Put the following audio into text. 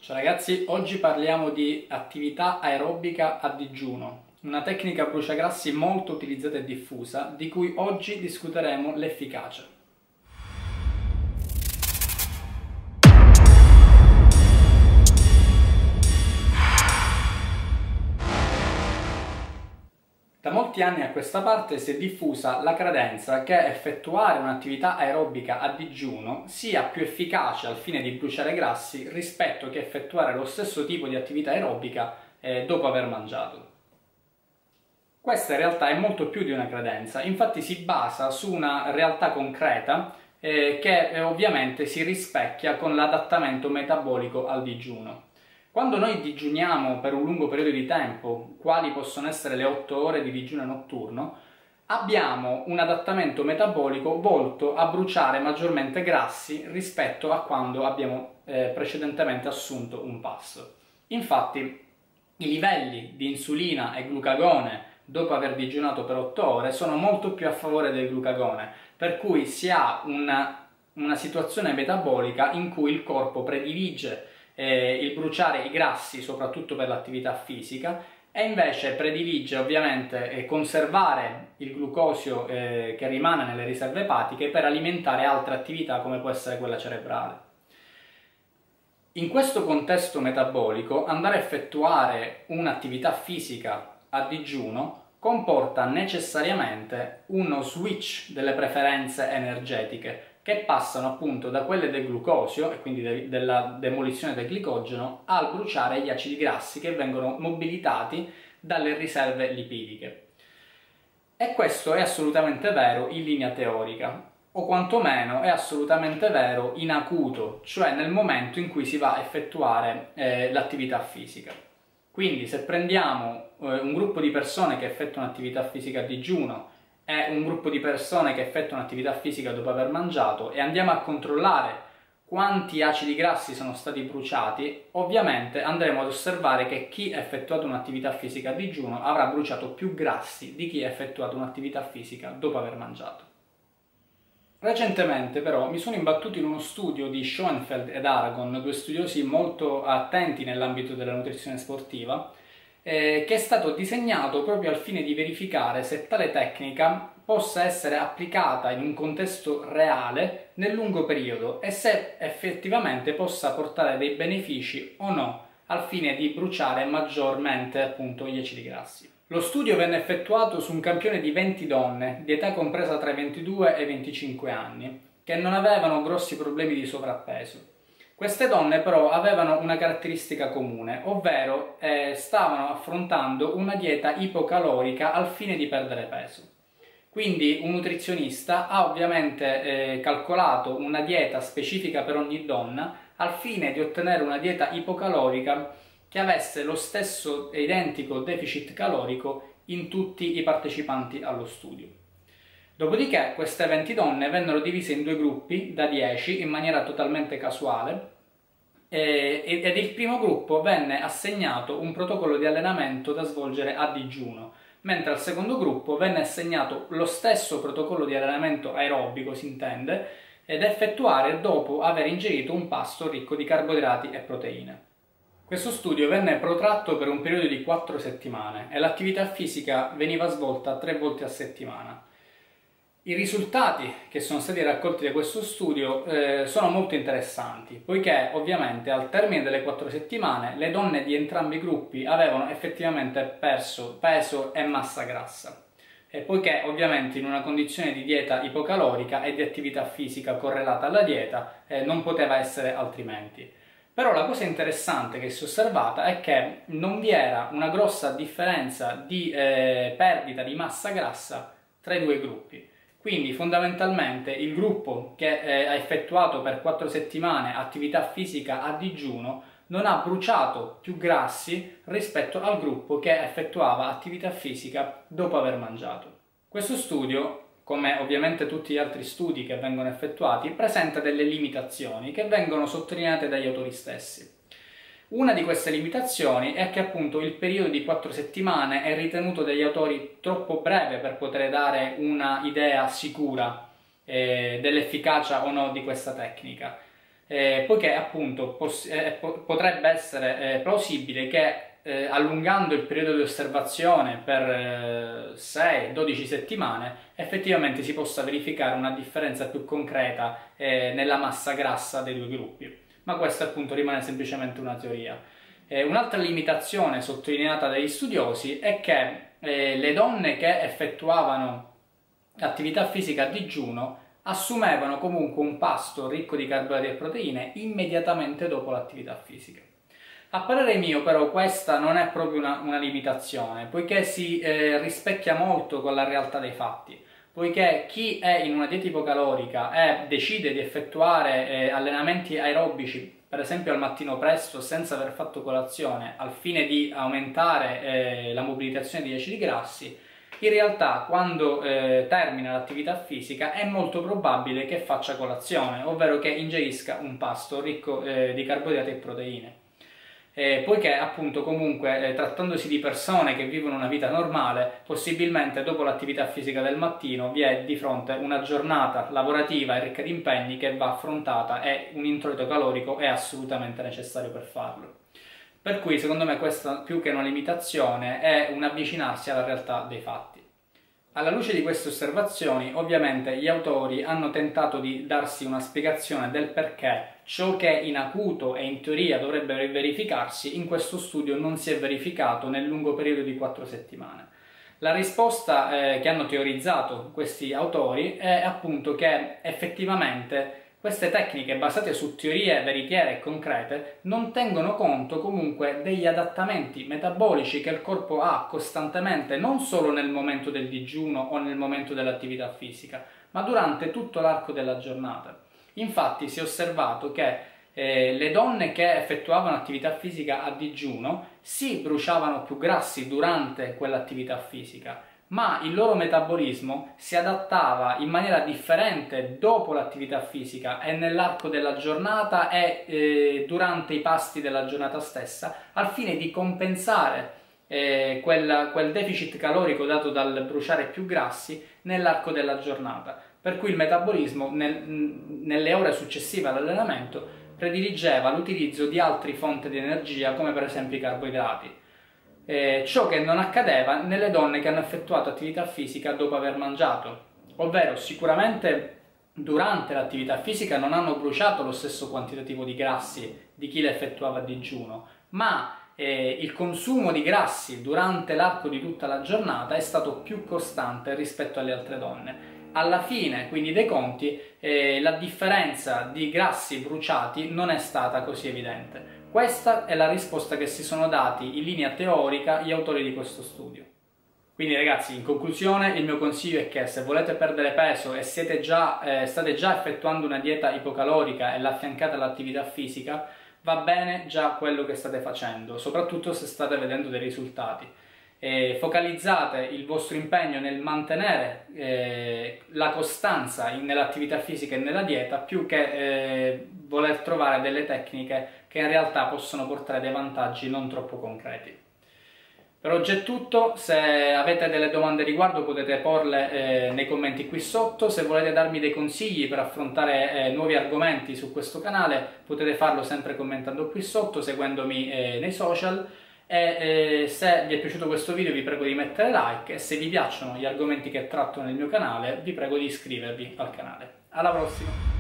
Ciao ragazzi, oggi parliamo di attività aerobica a digiuno, una tecnica bruciagrassi molto utilizzata e diffusa, di cui oggi discuteremo l'efficacia. Da molti anni a questa parte si è diffusa la credenza che effettuare un'attività aerobica a digiuno sia più efficace al fine di bruciare grassi rispetto che effettuare lo stesso tipo di attività aerobica dopo aver mangiato. Questa in realtà è molto più di una credenza, infatti si basa su una realtà concreta che ovviamente si rispecchia con l'adattamento metabolico al digiuno. Quando noi digiuniamo per un lungo periodo di tempo, quali possono essere le 8 ore di digiuno notturno, abbiamo un adattamento metabolico volto a bruciare maggiormente grassi rispetto a quando abbiamo precedentemente assunto un pasto. Infatti, i livelli di insulina e glucagone dopo aver digiunato per 8 ore sono molto più a favore del glucagone, per cui si ha una situazione metabolica in cui il corpo predilige il bruciare i grassi soprattutto per l'attività fisica e invece predilige ovviamente conservare il glucosio che rimane nelle riserve epatiche per alimentare altre attività come può essere quella cerebrale. In questo contesto metabolico andare a effettuare un'attività fisica a digiuno comporta necessariamente uno switch delle preferenze energetiche che passano appunto da quelle del glucosio e quindi della demolizione del glicogeno al bruciare gli acidi grassi che vengono mobilitati dalle riserve lipidiche. E questo è assolutamente vero in linea teorica, o quantomeno è assolutamente vero in acuto, cioè nel momento in cui si va a effettuare l'attività fisica. Quindi se prendiamo un gruppo di persone che effettuano attività fisica a digiuno e un gruppo di persone che effettuano attività fisica dopo aver mangiato e andiamo a controllare quanti acidi grassi sono stati bruciati, ovviamente andremo ad osservare che chi ha effettuato un'attività fisica a digiuno avrà bruciato più grassi di chi ha effettuato un'attività fisica dopo aver mangiato. Recentemente però mi sono imbattuto in uno studio di Schoenfeld ed Aragon, due studiosi molto attenti nell'ambito della nutrizione sportiva, che è stato disegnato proprio al fine di verificare se tale tecnica possa essere applicata in un contesto reale nel lungo periodo e se effettivamente possa portare dei benefici o no al fine di bruciare maggiormente appunto gli acidi grassi. Lo studio venne effettuato su un campione di 20 donne di età compresa tra i 22 e i 25 anni che non avevano grossi problemi di sovrappeso. Queste donne però avevano una caratteristica comune, ovvero stavano affrontando una dieta ipocalorica al fine di perdere peso. Quindi un nutrizionista ha ovviamente calcolato una dieta specifica per ogni donna al fine di ottenere una dieta ipocalorica che avesse lo stesso e identico deficit calorico in tutti i partecipanti allo studio. Dopodiché queste 20 donne vennero divise in due gruppi da 10 in maniera totalmente casuale ed il primo gruppo venne assegnato un protocollo di allenamento da svolgere a digiuno, mentre al secondo gruppo venne assegnato lo stesso protocollo di allenamento aerobico, si intende, da effettuare dopo aver ingerito un pasto ricco di carboidrati e proteine. Questo studio venne protratto per un periodo di 4 settimane e l'attività fisica veniva svolta 3 volte a settimana. I risultati che sono stati raccolti da questo studio sono molto interessanti, poiché ovviamente al termine delle 4 settimane le donne di entrambi i gruppi avevano effettivamente perso peso e massa grassa, e poiché ovviamente in una condizione di dieta ipocalorica e di attività fisica correlata alla dieta non poteva essere altrimenti. Però la cosa interessante che si è osservata è che non vi era una grossa differenza di perdita di massa grassa tra i due gruppi. Quindi fondamentalmente il gruppo che ha effettuato per 4 settimane attività fisica a digiuno non ha bruciato più grassi rispetto al gruppo che effettuava attività fisica dopo aver mangiato. Questo studio, come ovviamente tutti gli altri studi che vengono effettuati, presenta delle limitazioni che vengono sottolineate dagli autori stessi. Una di queste limitazioni è che appunto il periodo di 4 settimane è ritenuto dagli autori troppo breve per poter dare una idea sicura dell'efficacia o no di questa tecnica. poiché appunto potrebbe essere plausibile che allungando il periodo di osservazione per 6-12 settimane effettivamente si possa verificare una differenza più concreta nella massa grassa dei due gruppi, ma questo appunto rimane semplicemente una teoria. Un'altra limitazione sottolineata dagli studiosi è che le donne che effettuavano attività fisica a digiuno assumevano comunque un pasto ricco di carboidrati e proteine immediatamente dopo l'attività fisica. A parere mio però questa non è proprio una limitazione, poiché si rispecchia molto con la realtà dei fatti, poiché chi è in una dieta ipocalorica e decide di effettuare allenamenti aerobici, per esempio al mattino presto senza aver fatto colazione, al fine di aumentare la mobilitazione di acidi grassi, in realtà quando termina l'attività fisica è molto probabile che faccia colazione, ovvero che ingerisca un pasto ricco di carboidrati e proteine. Poiché appunto comunque trattandosi di persone che vivono una vita normale, possibilmente dopo l'attività fisica del mattino vi è di fronte una giornata lavorativa e ricca di impegni che va affrontata e un introito calorico è assolutamente necessario per farlo. Per cui secondo me questa più che una limitazione è un avvicinarsi alla realtà dei fatti. Alla luce di queste osservazioni, ovviamente gli autori hanno tentato di darsi una spiegazione del perché ciò che in acuto e in teoria dovrebbe verificarsi in questo studio non si è verificato nel lungo periodo di 4 settimane. La risposta che hanno teorizzato questi autori è appunto che effettivamente queste tecniche basate su teorie veritiere e concrete non tengono conto comunque degli adattamenti metabolici che il corpo ha costantemente non solo nel momento del digiuno o nel momento dell'attività fisica, ma durante tutto l'arco della giornata. Infatti si è osservato che le donne che effettuavano attività fisica a digiuno si bruciavano più grassi durante quell'attività fisica, ma il loro metabolismo si adattava in maniera differente dopo l'attività fisica e nell'arco della giornata e durante i pasti della giornata stessa, al fine di compensare quel deficit calorico dato dal bruciare più grassi nell'arco della giornata. Per cui il metabolismo nelle ore successive all'allenamento prediligeva l'utilizzo di altre fonti di energia come per esempio i carboidrati. Ciò che non accadeva nelle donne che hanno effettuato attività fisica dopo aver mangiato, ovvero sicuramente durante l'attività fisica non hanno bruciato lo stesso quantitativo di grassi di chi l'effettuava a digiuno, ma il consumo di grassi durante l'arco di tutta la giornata è stato più costante rispetto alle altre donne. Alla fine, quindi dei conti, la differenza di grassi bruciati non è stata così evidente. Questa è la risposta che si sono dati in linea teorica gli autori di questo studio. Quindi ragazzi, in conclusione, il mio consiglio è che se volete perdere peso e state già effettuando una dieta ipocalorica e l'affiancate all'attività fisica, va bene già quello che state facendo, soprattutto se state vedendo dei risultati. Focalizzate il vostro impegno nel mantenere la costanza nell'attività fisica e nella dieta più che voler trovare delle tecniche che in realtà possono portare dei vantaggi non troppo concreti. Per oggi è tutto, se avete delle domande a riguardo potete porle nei commenti qui sotto, se volete darmi dei consigli per affrontare nuovi argomenti su questo canale potete farlo sempre commentando qui sotto, seguendomi nei social. Se vi è piaciuto questo video vi prego di mettere like e se vi piacciono gli argomenti che tratto nel mio canale vi prego di iscrivervi al canale. Alla prossima!